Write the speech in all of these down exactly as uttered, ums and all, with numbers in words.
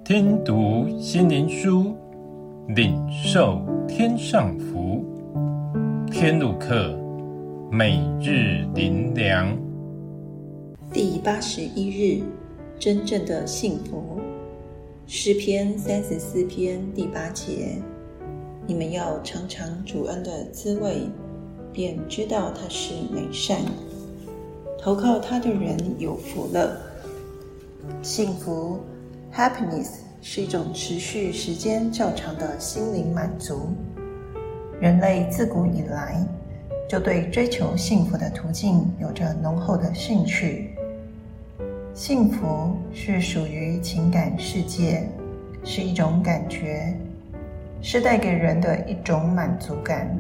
听读心灵书，领受天上福。天路客，每日灵粮。 第八十一日，真正的幸福。诗篇三十四篇第八节，你们要尝尝主恩的滋味，便知道他是美善。投靠他的人有福了。幸福 happiness 是一种持续时间较长的心灵满足。人类自古以来就对追求幸福的途径有着浓厚的兴趣。幸福是属于情感世界，是一种感觉，是带给人的一种满足感。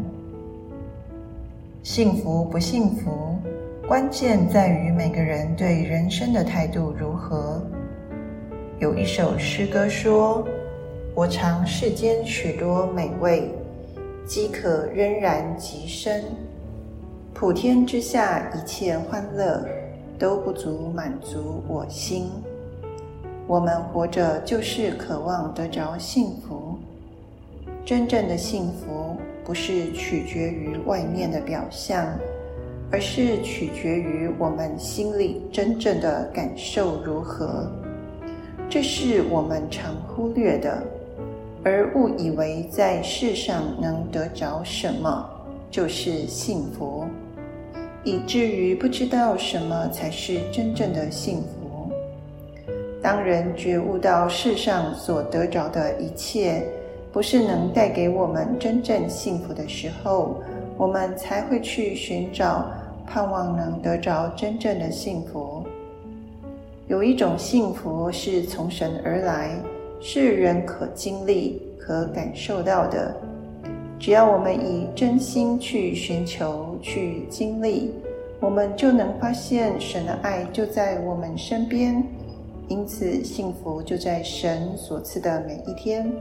幸福不幸福，关键在于每个人对人生的态度如何。有一首诗歌说，我尝世间许多美味，饥渴仍然极深，普天之下一切欢乐，都不足满足我心。我们活着就是渴望得着幸福。真正的幸福不是取决于外面的表象，而是取决于我们心里真正的感受如何。这是我们常忽略的，而误以为在世上能得着什么就是幸福，以至于不知道什么才是真正的幸福。当人觉悟到世上所得着的一切不是能带给我们真正幸福的时候，我们才会去寻找，盼望能得着真正的幸福。有一种幸福是从神而来，是人可经历、可感受到的。只要我们以真心去寻求、去经历，我们就能发现神的爱就在我们身边，因此幸福就在神所赐的每一天。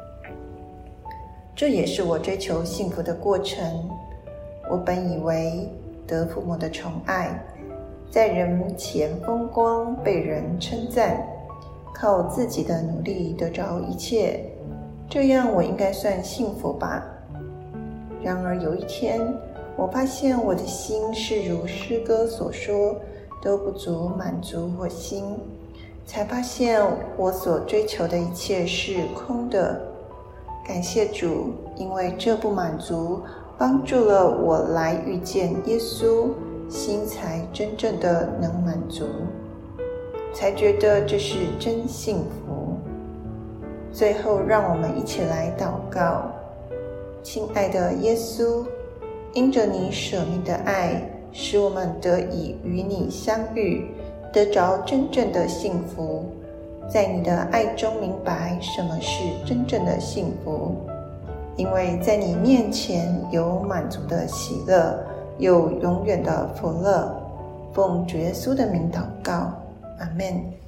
这也是我追求幸福的过程。我本以为得父母的宠爱，在人前风光，被人称赞，靠自己的努力得着一切，这样我应该算幸福吧。然而有一天，我发现我的心是如诗歌所说，都不足满足我心，才发现我所追求的一切是空的。感谢主，因为这不满足帮助了我来遇见耶稣，心才真正的能满足，才觉得这是真幸福。最后让我们一起来祷告。亲爱的耶稣，因着你舍命的爱，使我们得以与你相遇，得着真正的幸福。在你的爱中明白什么是真正的幸福，因为在你面前有满足的喜乐，有永远的福乐。奉主耶稣的名祷告，阿们。